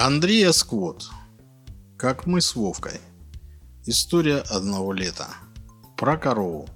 Андреа Скотт. Как мы с Вовкой. История одного лета. Про корову.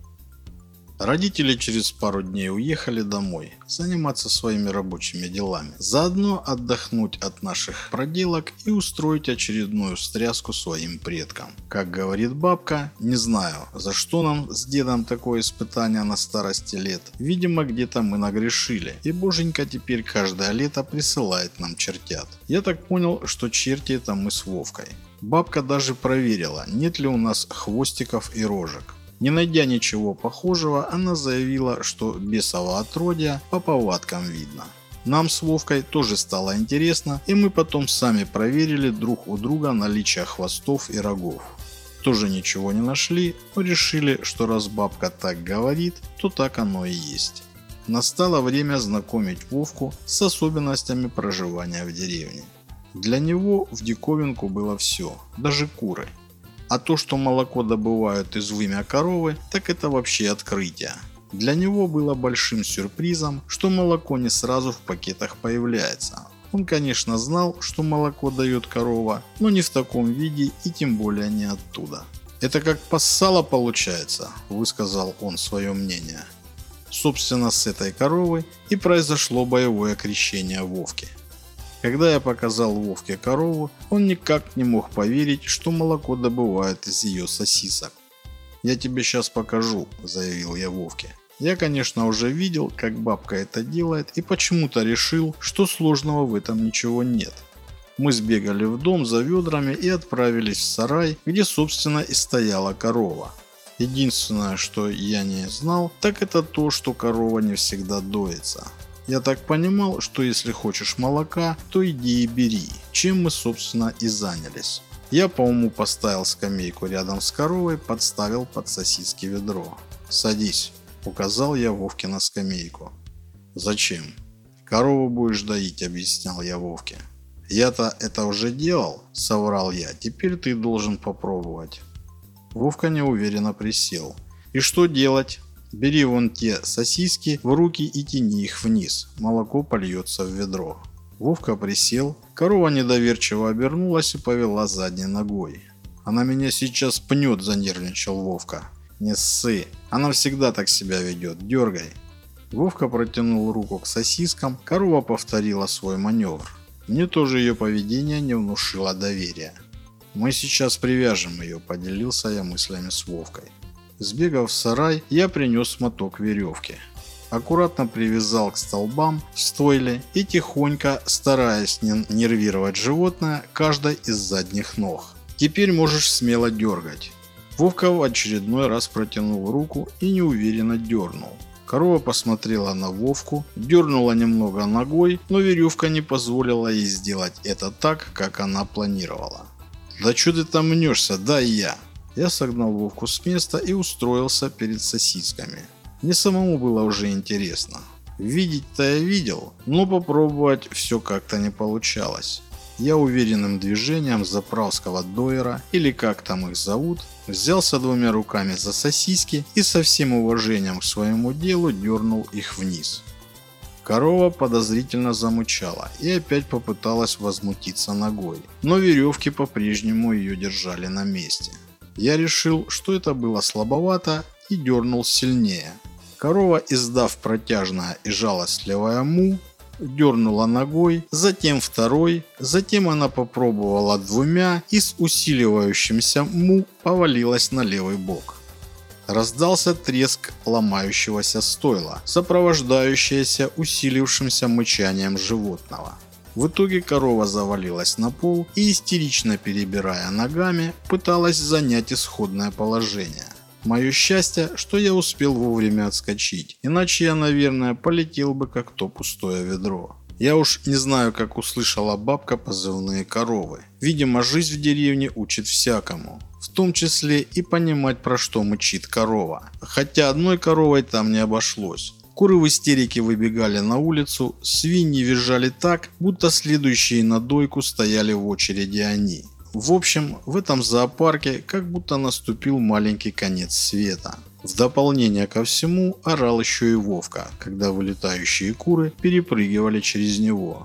Родители через пару дней уехали домой, заниматься своими рабочими делами. Заодно отдохнуть от наших проделок и устроить очередную встряску своим предкам. Как говорит бабка, не знаю, за что нам с дедом такое испытание на старости лет. Видимо, где-то мы нагрешили, и боженька теперь каждое лето присылает нам чертят. Я так понял, что черти это мы с Вовкой. Бабка даже проверила, нет ли у нас хвостиков и рожек. Не найдя ничего похожего, она заявила, что бесово отродье по повадкам видно. Нам с Вовкой тоже стало интересно, и мы потом сами проверили друг у друга наличие хвостов и рогов. Тоже ничего не нашли, но решили, что раз бабка так говорит, то так оно и есть. Настало время знакомить Вовку с особенностями проживания в деревне. Для него в диковинку было все, даже куры. А то, что молоко добывают из вымя коровы, так это вообще открытие. Для него было большим сюрпризом, что молоко не сразу в пакетах появляется. Он, конечно, знал, что молоко дает корова, но не в таком виде и тем более не оттуда. «Это как поссало получается», – высказал он свое мнение. Собственно, с этой коровы и произошло боевое крещение Вовки. Когда я показал Вовке корову, он никак не мог поверить, что молоко добывают из ее сосисок. «Я тебе сейчас покажу», – заявил я Вовке. Я, конечно, уже видел, как бабка это делает, и почему-то решил, что сложного в этом ничего нет. Мы сбегали в дом за ведрами и отправились в сарай, где, собственно, и стояла корова. Единственное, что я не знал, так это то, что корова не всегда доится. Я так понимал, что если хочешь молока, то иди и бери, чем мы, собственно, и занялись. Я по уму поставил скамейку рядом с коровой, подставил под сосиски ведро. «Садись», – указал я Вовке на скамейку. «Зачем?» «Корову будешь доить», – объяснял я Вовке. «Я-то это уже делал», – соврал я, – «теперь ты должен попробовать». Вовка неуверенно присел. «И что делать?» «Бери вон те сосиски в руки и тяни их вниз, молоко польется в ведро». Вовка присел, корова недоверчиво обернулась и повела задней ногой. «Она меня сейчас пнет», – занервничал Вовка. «Не ссы, она всегда так себя ведет, дергай». Вовка протянул руку к сосискам, корова повторила свой маневр. Мне тоже ее поведение не внушило доверия. «Мы сейчас привяжем ее», – поделился я мыслями с Вовкой. Сбегав в сарай, я принес моток веревки. Аккуратно привязал к столбам в стойле и тихонько, стараясь не нервировать животное, каждой из задних ног. «Теперь можешь смело дергать». Вовка в очередной раз протянул руку и неуверенно дернул. Корова посмотрела на Вовку, дернула немного ногой, но веревка не позволила ей сделать это так, как она планировала. «Да что ты там мнешься, дай я». Я согнал Вовку с места и устроился перед сосисками. Мне самому было уже интересно. Видеть-то я видел, но попробовать все как-то не получалось. Я уверенным движением заправского дойера, или как там их зовут, взялся двумя руками за сосиски и со всем уважением к своему делу дернул их вниз. Корова подозрительно замычала и опять попыталась возмутиться ногой, но веревки по-прежнему ее держали на месте. Я решил, что это было слабовато, и дернул сильнее. Корова, издав протяжное и жалостливое му, дернула ногой, затем второй, затем она попробовала двумя и с усиливающимся му повалилась на левый бок. Раздался треск ломающегося стойла, сопровождающийся усилившимся мычанием животного. В итоге корова завалилась на пол и, истерично перебирая ногами, пыталась занять исходное положение. Мое счастье, что я успел вовремя отскочить, иначе я, наверное, полетел бы как то пустое ведро. Я уж не знаю, как услышала бабка позывные коровы. Видимо, жизнь в деревне учит всякому, в том числе и понимать, про что мычит корова. Хотя одной коровой там не обошлось. Куры в истерике выбегали на улицу, свиньи визжали так, будто следующие на дойку стояли в очереди они. В общем, в этом зоопарке как будто наступил маленький конец света. В дополнение ко всему орал еще и Вовка, когда вылетающие куры перепрыгивали через него.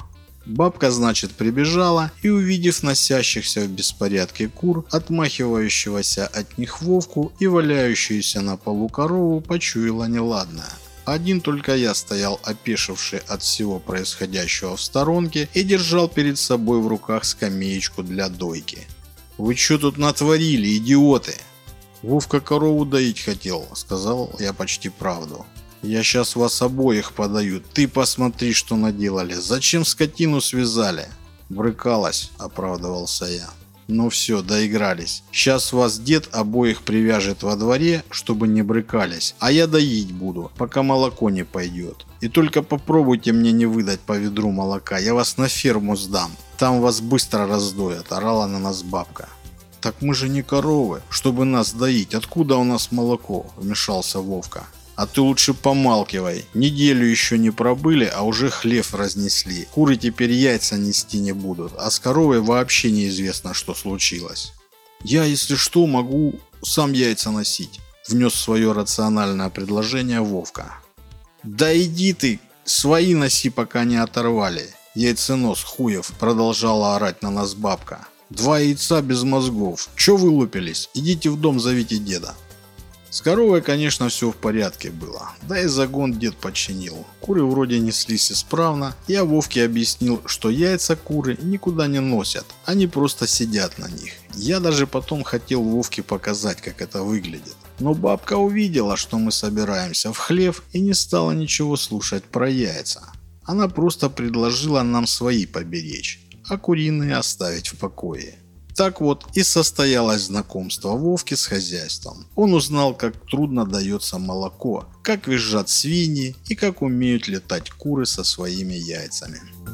Бабка, значит, прибежала и, увидев носящихся в беспорядке кур, отмахивающегося от них Вовку и валяющуюся на полу корову, почуяла неладное. Один только я стоял, опешивший от всего происходящего в сторонке, и держал перед собой в руках скамеечку для дойки. «Вы что тут натворили, идиоты?» «Вовка корову доить хотел», — сказал я почти правду. «Я сейчас вас обоих подаю. Ты посмотри, что наделали. Зачем скотину связали?» «Брыкалась», — оправдывался я. «Ну все, доигрались. Сейчас вас дед обоих привяжет во дворе, чтобы не брыкались, а я доить буду, пока молоко не пойдет. И только попробуйте мне не выдать по ведру молока, я вас на ферму сдам. Там вас быстро раздоят», — орала на нас бабка. «Так мы же не коровы, чтобы нас доить. Откуда у нас молоко?» — вмешался Вовка. «А ты лучше помалкивай. Неделю еще не пробыли, а уже хлев разнесли. Куры теперь яйца нести не будут, а с коровой вообще неизвестно, что случилось». «Я, если что, могу сам яйца носить», — внес свое рациональное предложение Вовка. «Да иди ты, свои носи, пока не оторвали. Яйценос хуев», — продолжала орать на нас бабка. «Два яйца без мозгов. Че вылупились? Идите в дом, зовите деда». С коровой, конечно, все в порядке было, да и загон дед починил. Куры вроде неслись исправно. Я Вовке объяснил, что яйца куры никуда не носят, они просто сидят на них. Я даже потом хотел Вовке показать, как это выглядит. Но бабка увидела, что мы собираемся в хлев, и не стала ничего слушать про яйца. Она просто предложила нам свои поберечь, а куриные оставить в покое. Так вот и состоялось знакомство Вовки с хозяйством. Он узнал, как трудно дается молоко, как визжат свиньи и как умеют летать куры со своими яйцами.